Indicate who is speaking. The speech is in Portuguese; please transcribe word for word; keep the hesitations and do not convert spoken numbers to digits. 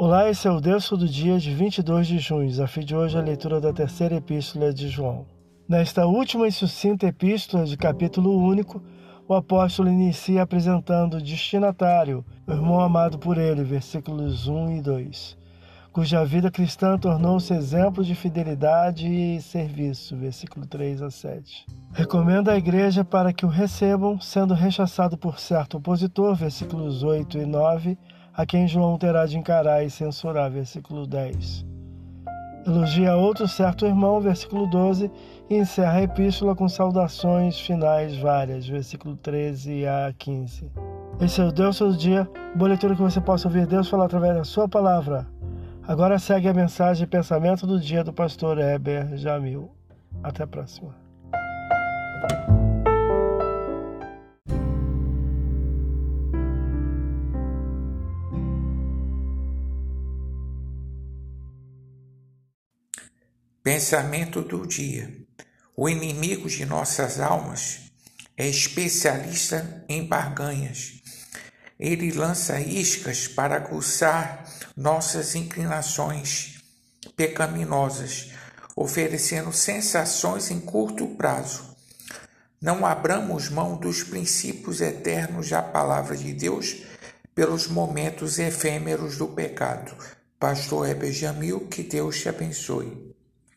Speaker 1: Olá, esse é o Deus Todo Dia de vinte e dois de junho. Desafio de hoje é a leitura da terceira epístola de João. Nesta última e sucinta epístola de capítulo único, o apóstolo inicia apresentando o destinatário, o irmão amado por ele, versículos um e dois, cuja vida cristã tornou-se exemplo de fidelidade e serviço, versículo três a sete. Recomenda à igreja para que o recebam, sendo rechaçado por certo opositor, versículos oito e nove, a quem João terá de encarar e censurar, versículo dez. Elogia outro certo irmão, versículo doze, e encerra a epístola com saudações finais várias, versículo treze a quinze. Esse é o Deus Todo Dia, boa leitura que você possa ouvir Deus falar através da sua palavra. Agora segue a mensagem e pensamento do dia do pastor Heber Jamil. Até a próxima.
Speaker 2: Pensamento do dia. O inimigo de nossas almas é especialista em barganhas. Ele lança iscas para aguçar nossas inclinações pecaminosas, oferecendo sensações em curto prazo. Não abramos mão dos princípios eternos da palavra de Deus pelos momentos efêmeros do pecado. Pastor Heber Jamil, que Deus te abençoe.